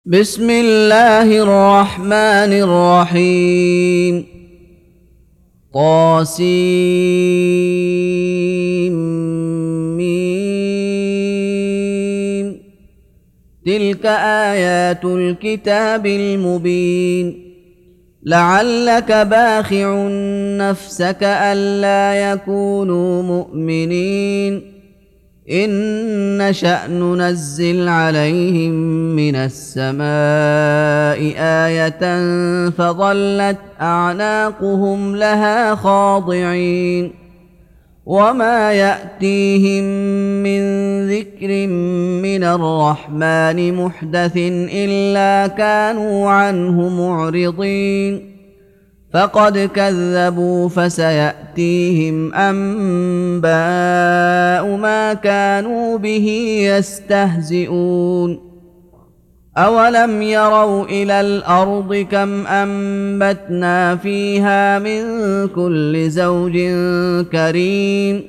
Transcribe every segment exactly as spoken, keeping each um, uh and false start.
بسم الله الرحمن الرحيم. طاسيم. تلك آيات الكتاب المبين. لعلك باخع نفسك ألا يكونوا مؤمنين إن نشأ ننزل عليهم من السماء آية فظلت أعناقهم لها خاضعين وما يأتيهم من ذكر من الرحمن محدث إلا كانوا عنه معرضين فقد كذبوا فسيأتيهم أنباء ما كانوا به يستهزئون. أولم يروا إلى الأرض كم أنبتنا فيها من كل زوج كريم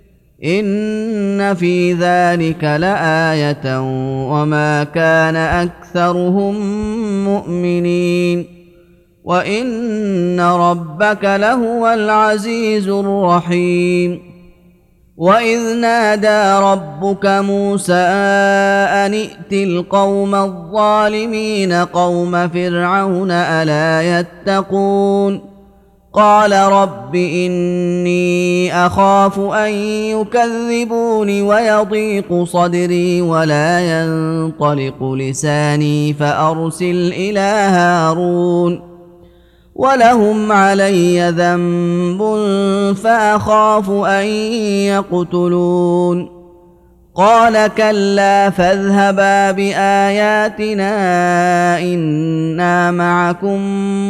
إن في ذلك لآية وما كان أكثرهم مؤمنين وإن ربك لهو العزيز الرحيم. وإذ نادى ربك موسى أن ائت القوم الظالمين قوم فرعون ألا يتقون قال رب إني أخاف أن يكذبون ويضيق صدري ولا ينطلق لساني فأرسل إلى هارون ولهم علي ذنب فأخاف أن يقتلون قال كلا فاذهبا بآياتنا إنا معكم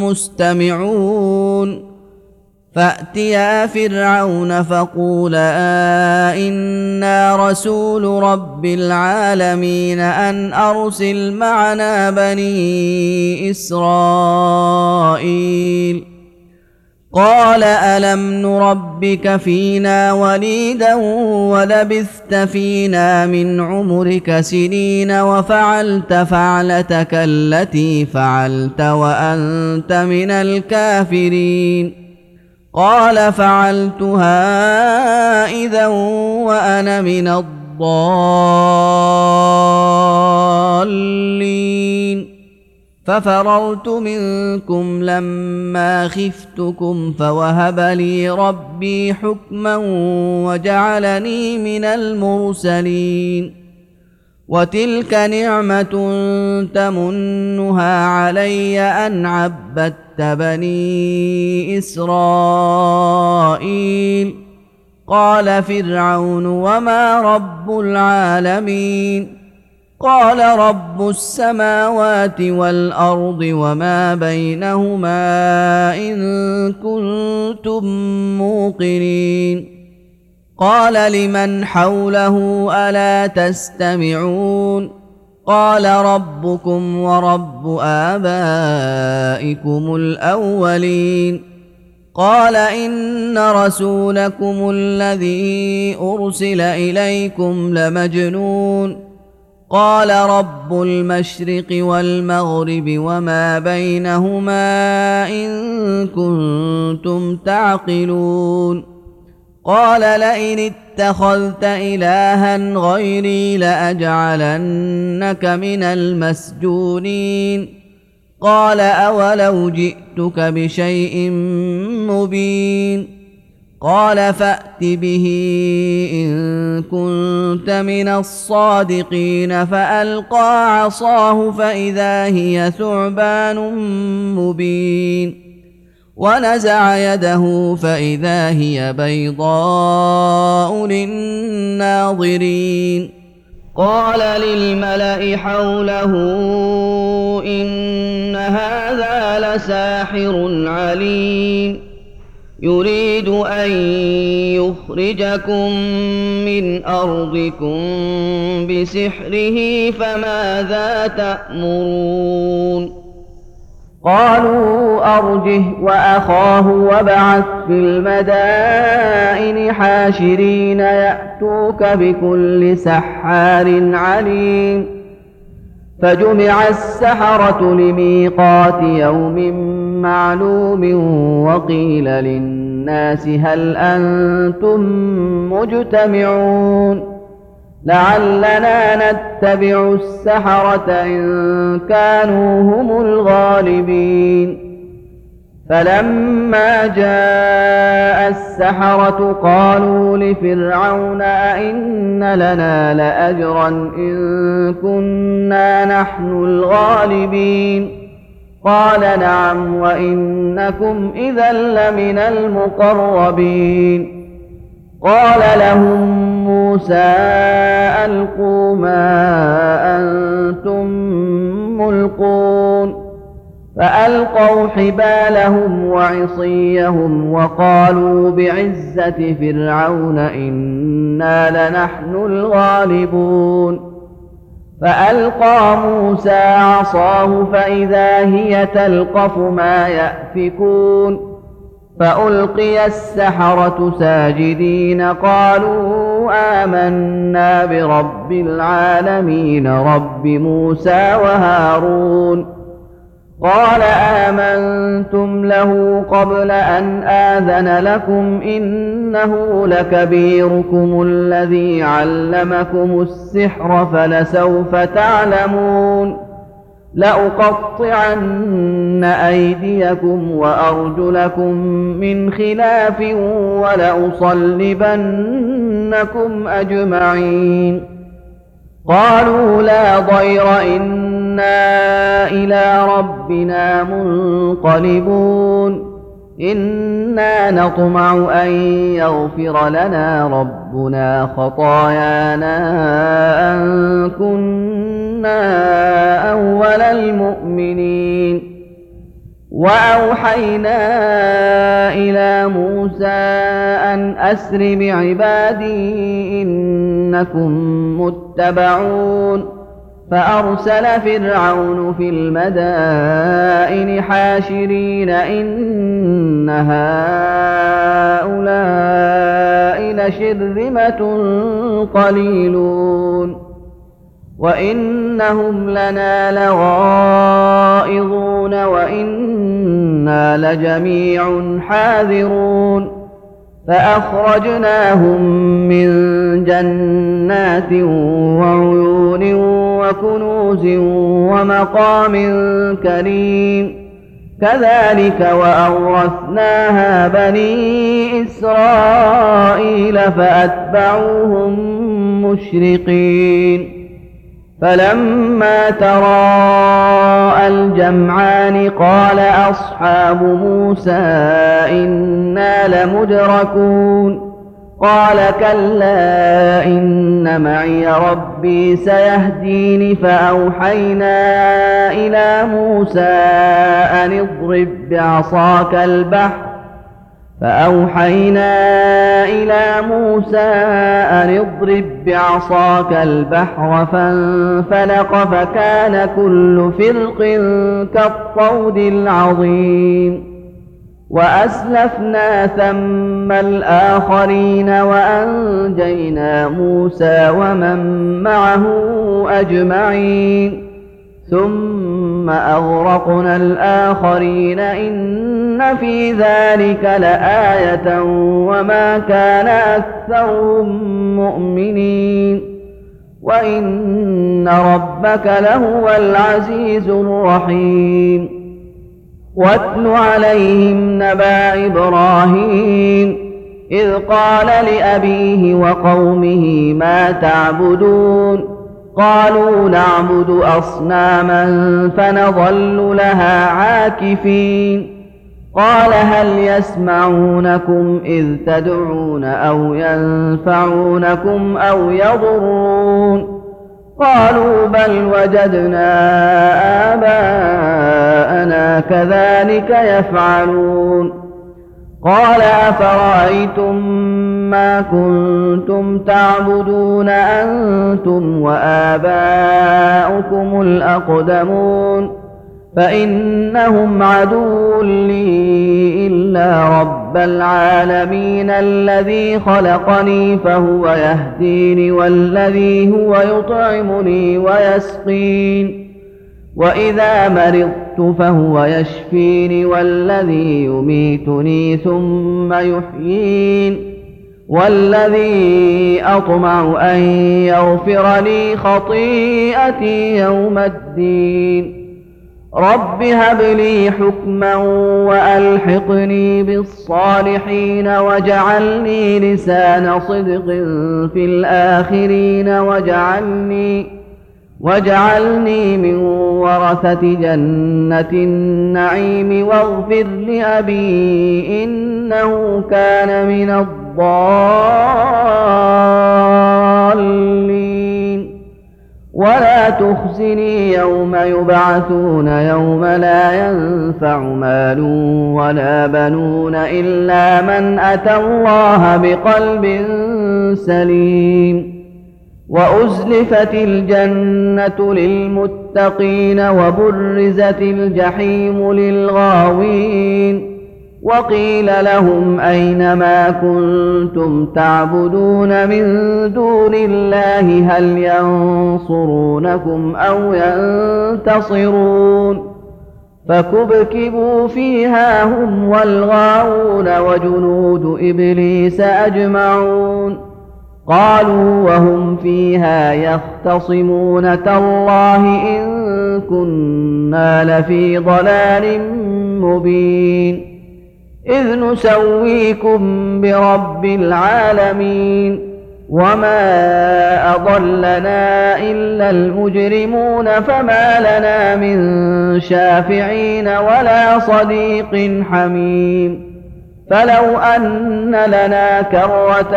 مستمعون فأتيا فرعون فقولا إنا رسول رب العالمين أن أرسل معنا بني إسرائيل قال ألم نربك فينا وليدا ولبثت فينا من عمرك سنين وفعلت فعلتك التي فعلت وأنت من الكافرين قال فعلتها إذا وأنا من الضالين ففررت منكم لما خفتكم فوهب لي ربي حكما وجعلني من المرسلين وتلك نعمة تمنها علي أن عبدت بني إسرائيل قال فرعون وما رب العالمين قال رب السماوات والأرض وما بينهما إن كنتم موقنين قال لمن حوله ألا تستمعون قال ربكم ورب آبائكم الأولين قال إن رسولكم الذي أرسل إليكم لمجنون قال رب المشرق والمغرب وما بينهما إن كنتم تعقلون قال لئن اتخذت إلها غيري لأجعلنك من المسجونين قال أولو جئتك بشيء مبين قال فأت به إن كنت من الصادقين فألقى عصاه فإذا هي ثعبان مبين ونزع يده فإذا هي بيضاء للناظرين قال للملأ حوله إن هذا لساحر عليم يريد أن يخرجكم من أرضكم بسحره فماذا تأمرون قالوا أرجه وأخاه وابعث في المدائن حاشرين يأتوك بكل سحار عليم فجمع السحرة لميقات يوم معلوم وقيل للناس هل أنتم مجتمعون لعلنا نتبع السحرة إن كانوا هم الغالبين فلما جاء السحرة قالوا لفرعون أئن لنا لأجرا إن كنا نحن الغالبين قال نعم وإنكم إذا لمن المقربين قال لهم موسى ألقوا ما أنتم ملقون فألقوا حبالهم وعصيهم وقالوا بعزة فرعون إنا لنحن الغالبون فألقى موسى عصاه فإذا هي تلقف ما يأفكون فألقي السحرة ساجدين قالوا آمنا برب العالمين رب موسى وهارون قال آمنتم له قبل أن آذن لكم إنه لكبيركم الذي علمكم السحر فلسوف تعلمون لأقطعن أيديكم وأرجلكم من خلاف ولأصلبنكم أجمعين قالوا لا ضير إنا إلى ربنا منقلبون إنا نطمع أن يغفر لنا ربنا خطايانا أن كنا أول المؤمنين وأوحينا إلى موسى أن أسر بعبادي إنكم متبعون فأرسل فرعون في المدائن حاشرين إن هؤلاء لشرذمة قليلون وإنهم لنا لغائظون وإنا لجميع حاذرون فأخرجناهم من جنات وعيون وكنوز ومقام كريم كذلك وأورثناها بني إسرائيل فأتبعوهم مشرقين فلما تراءى الجمعان قال أصحاب موسى إنا لمدركون قال كلا إن معي ربي سيهدين فأوحينا إلى موسى أن اضرب بعصاك البحر فأوحينا إلى موسى أن اضرب بعصاك البحر فانفلق فكان كل فرق كالطود العظيم وأسلفنا ثم الآخرين وأنجينا موسى ومن معه أجمعين ثم أغرقنا الآخرين إن في ذلك لآية وما كان أكثرهم مؤمنين وإن ربك لهو العزيز الرحيم واتل عليهم نبأ إبراهيم إذ قال لأبيه وقومه ما تعبدون قالوا نعبد أصناما فنظل لها عاكفين قال هل يسمعونكم إذ تدعون أو ينفعونكم أو يضرون قالوا بل وجدنا آباءنا كذلك يفعلون قال أفرأيتم ما كنتم تعبدون أنتم وآباؤكم الأقدمون فإنهم عدو لي إلا رب العالمين الذي خلقني فهو يهديني والذي هو يطعمني ويسقين وإذا مرضت فهو يشفين والذي يميتني ثم يحيين والذي أطمع أن يغفر لي خطيئتي يوم الدين رب هب لي حكما وألحقني بالصالحين واجعلني لسان صدق في الآخرين واجعلني واجعلني من ورثة جنة النعيم واغفر لأبي إنه كان من الضالين ولا تخزني يوم يبعثون يوم لا ينفع مال ولا بنون إلا من أتى الله بقلب سليم وأزلفت الجنة للمتقين وبرزت الجحيم للغاوين وقيل لهم أين ما كنتم تعبدون من دون الله هل ينصرونكم أو ينتصرون فكبكبوا فيها هم والغاوون وجنود إبليس أجمعون قالوا وهم فيها يختصمون تالله إن كنا لفي ضلال مبين إذ نسويكم برب العالمين وما أضلنا إلا المجرمون فما لنا من شافعين ولا صديق حميم فلو أن لنا كرة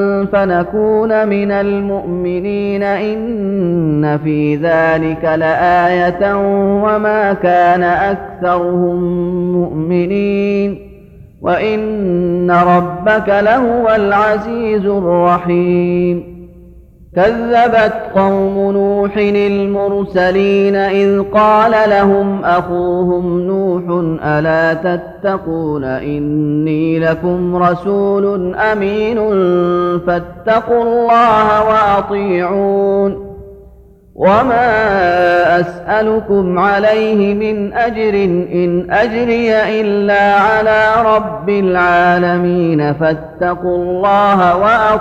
فنكون من المؤمنين إن في ذلك لآية وما كان أكثرهم مؤمنين وإن ربك لهو العزيز الرحيم كذبت قوم نوح المرسلين إذ قال لهم أخوهم نوح ألا تتقون إني لكم رسول أمين فاتقوا الله وأطيعون وما أسألكم عليه من أجر إن أجري إلا على رب العالمين فاتقوا الله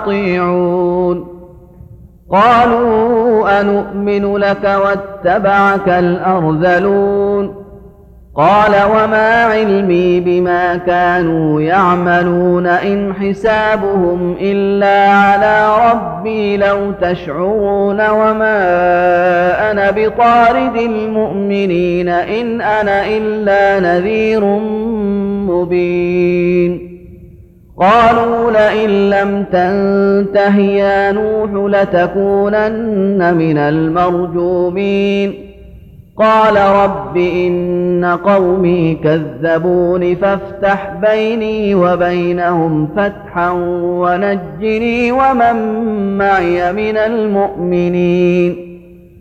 وأطيعون قالوا أنؤمن لك واتبعك الأرذلون قال وما علمي بما كانوا يعملون إن حسابهم إلا على ربي لو تشعرون وما أنا بطارد المؤمنين إن أنا إلا نذير مبين قالوا لئن لم تنته يا نوح لتكونن من المرجومين قال رب إن قومي كذبون فافتح بيني وبينهم فتحا ونجني ومن معي من المؤمنين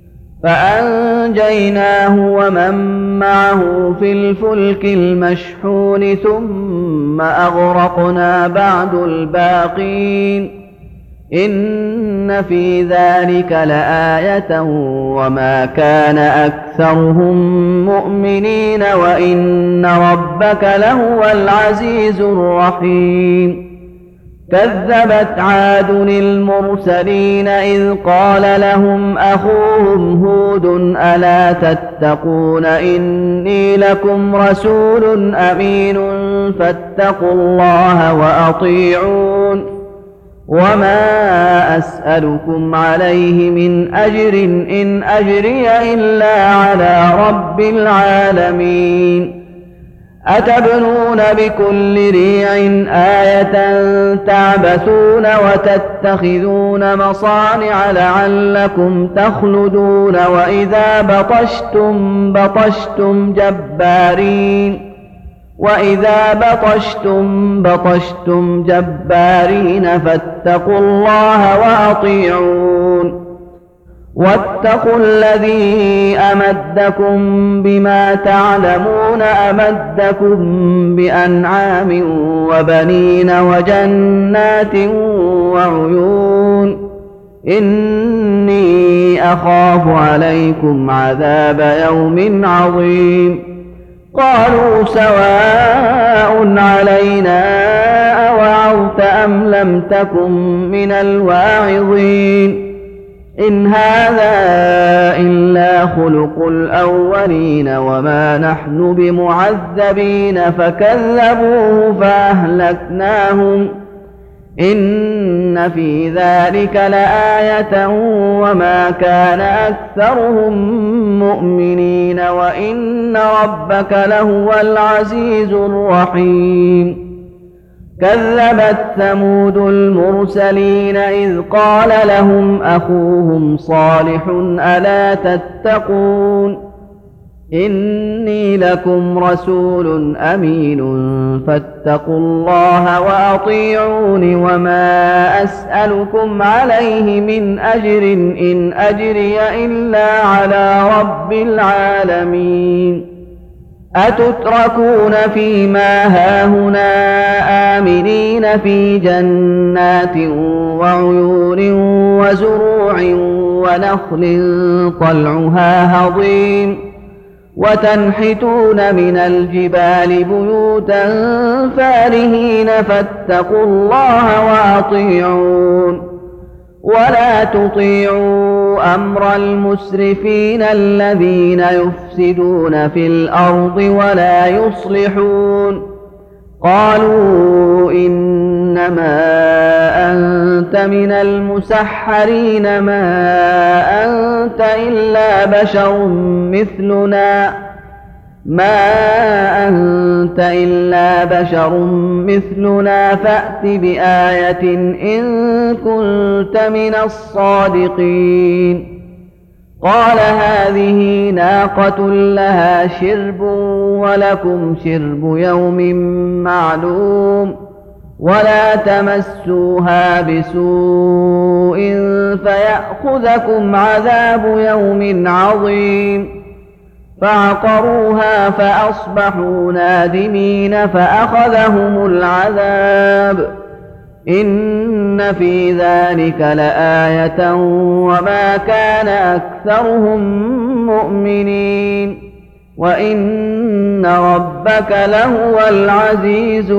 فأنجيناه ومن معه في الفلك المشحون ثم أغرقنا بعد الباقين إن في ذلك لآية وما كان أكثرهم مؤمنين وإن ربك لهو العزيز الرحيم كذبت عاد المرسلين إذ قال لهم أخوهم هود ألا تتقون إني لكم رسول أمين فاتقوا الله وأطيعون وما أسألكم عليه من أجر إن أجري إلا على رب العالمين أتبنون بكل ريع آية تعبثون وتتخذون مصانع لعلكم تخلدون وإذا بطشتم بطشتم جبارين وإذا بطشتم بطشتم جبارين فاتقوا الله وأطيعون واتقوا الذي أمدكم بما تعلمون أمدكم بأنعام وبنين وجنات وعيون إني أخاف عليكم عذاب يوم عظيم قالوا سواء علينا أوعظت أم لم تكن من الواعظين إن هذا إلا خلق الأولين وما نحن بمعذبين فكذبوه فأهلكناهم إن في ذلك لآية وما كان أكثرهم مؤمنين وإن ربك لهو العزيز الرحيم كذبت ثمود المرسلين إذ قال لهم أخوهم صالح ألا تتقون إني لكم رسول أمين فاتقوا الله وأطيعون وما أسألكم عليه من أجر إن أجري إلا على رب العالمين أتتركون فيما هاهنا آمنين في جنات وعيون وزروع ونخل طلعها هضيم وتنحتون من الجبال بيوتا فارهين فاتقوا الله وأطيعون ولا تطيعوا أمر المسرفين الذين يفسدون في الأرض ولا يصلحون قالوا إنما أنت من المسحرين ما أنت إلا بشر مثلنا ما أنت إلا بشر مثلنا فأت بآية إن كنت من الصادقين قال هذه ناقة لها شرب ولكم شرب يوم معلوم ولا تمسوها بسوء فيأخذكم عذاب يوم عظيم فعقروها فأصبحوا نادمين فأخذهم العذاب إن في ذلك لآية وما كان أكثرهم مؤمنين وإن ربك لهو العزيز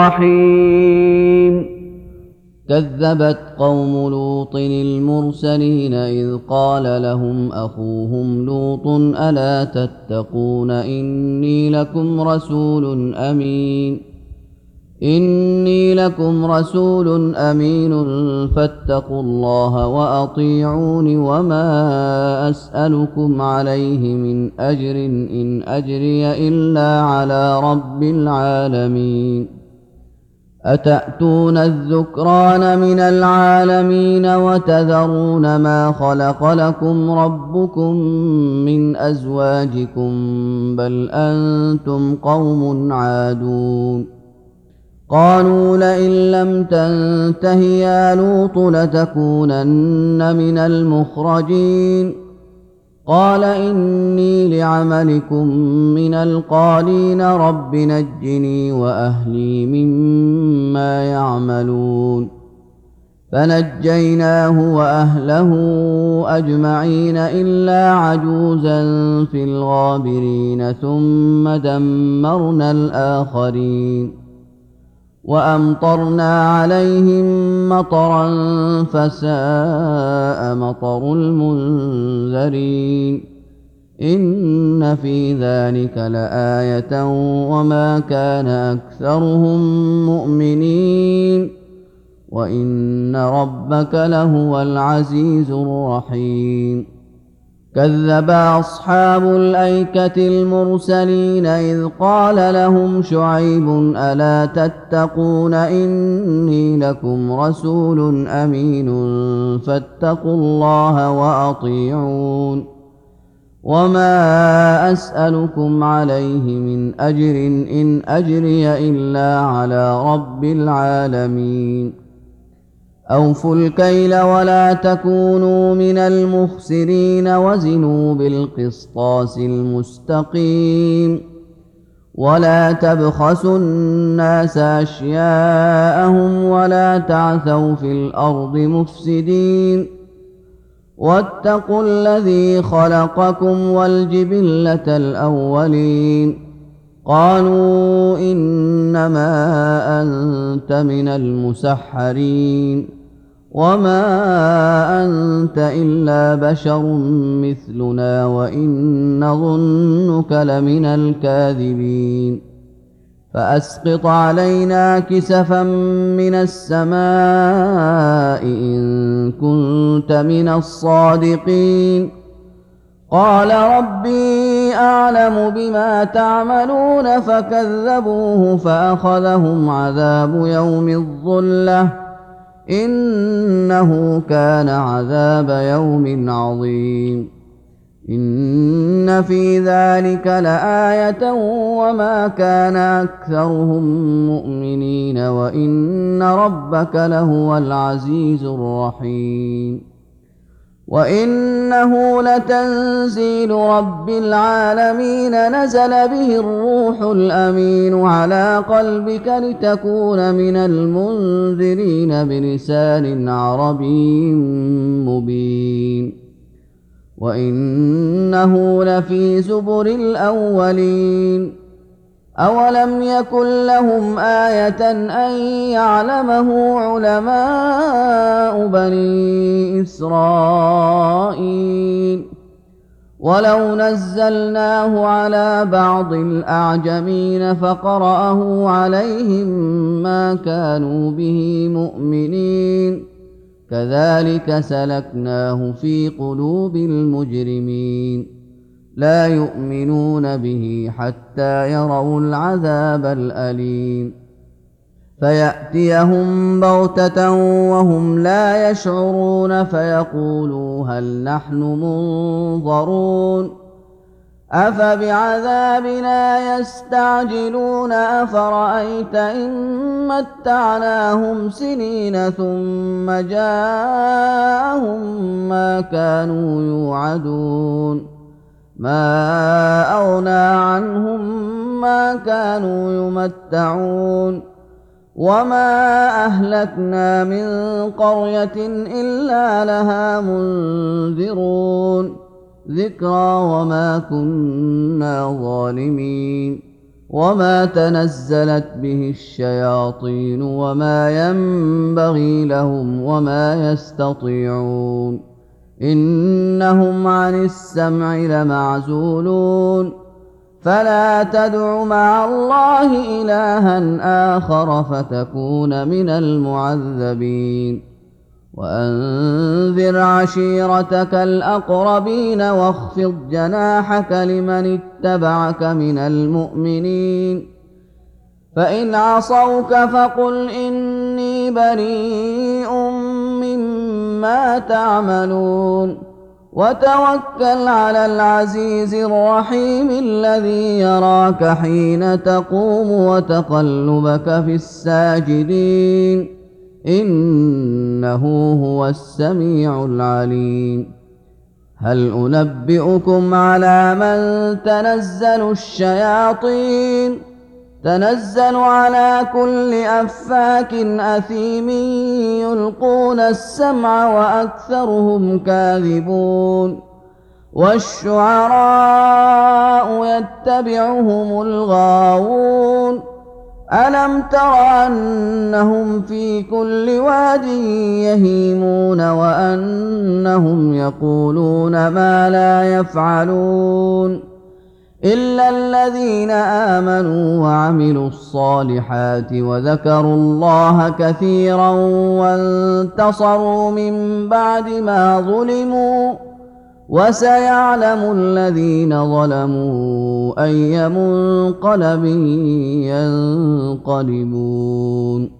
الرحيم كذبت قوم لوط المرسلين إذ قال لهم أخوهم لوط ألا تتقون إني لكم رسول أمين إني لكم رسول أمين فاتقوا الله وأطيعون وما أسألكم عليه من أجر إن أجري إلا على رب العالمين أتأتون الذكران من العالمين وتذرون ما خلق لكم ربكم من أزواجكم بل أنتم قوم عادون قالوا لئن لم تنته يا لوط لتكونن من المخرجين قال إني لعملكم من القالين رب نجني وأهلي مما يعملون فنجيناه وأهله أجمعين إلا عجوزا في الغابرين ثم دمرنا الآخرين وأمطرنا عليهم مطرا فساء مطر المنذرين إن في ذلك لآية وما كان أكثرهم مؤمنين وإن ربك لهو العزيز الرحيم كذب أصحاب الأيكة المرسلين إذ قال لهم شعيب ألا تتقون إني لكم رسول أمين فاتقوا الله وأطيعون وما أسألكم عليه من أجر إن أجري إلا على رب العالمين أوفوا الكيل ولا تكونوا من المخسرين وزنوا بالقسطاس المستقيم ولا تبخسوا الناس أشياءهم ولا تعثوا في الأرض مفسدين واتقوا الذي خلقكم والجبلة الأولين قالوا إنما أنت من المسحرين وما أنت إلا بشر مثلنا وإن نظنك لمن الكاذبين فأسقط علينا كسفا من السماء إن كنت من الصادقين قال ربي أعلم بما تعملون فكذبوه فأخذهم عذاب يوم الظلة إنه كان عذاب يوم عظيم إن في ذلك لآية وما كان أكثرهم مؤمنين وإن ربك لهو العزيز الرحيم وإنه لتنزيل رب العالمين نزل به الروح الأمين على قلبك لتكون من المنذرين بلسان عربي مبين وإنه لفي زبر الأولين أولم يكن لهم آية أن يعلمه علماء بني إسرائيل ولو نزلناه على بعض الأعجمين فقرأه عليهم ما كانوا به مؤمنين كذلك سلكناه في قلوب المجرمين لا يؤمنون به حتى يروا العذاب الأليم فيأتيهم بغتة وهم لا يشعرون فيقولوا هل نحن منظرون أفبعذابنا يستعجلون أفرأيت إن متعناهم سنين ثم جاءهم ما كانوا يوعدون ما أغنى عنهم ما كانوا يمتعون وما أهلكنا من قرية إلا لها منذرون ذكرى وما كنا ظالمين وما تنزلت به الشياطين وما ينبغي لهم وما يستطيعون إنهم عن السمع لمعزولون فلا تدع مع الله إلها آخر فتكون من المعذبين وأنذر عشيرتك الأقربين واخفض جناحك لمن اتبعك من المؤمنين فإن عصوك فقل إني بريء مما تعملون وتوكل على العزيز الرحيم الذي يراك حين تقوم وتقلبك في الساجدين إنه هو السميع العليم هل أنبئكم على من تنزل الشياطين تنزل على كل أفاك أثيم يلقون السمع وأكثرهم كاذبون والشعراء يتبعهم الغاوون ألم تر أنهم في كل واد يهيمون وأنهم يقولون ما لا يفعلون إلا الذين آمنوا وعملوا الصالحات وذكروا الله كثيرا وانتصروا من بعد ما ظلموا وسيعلم الذين ظلموا أي منقلب ينقلبون.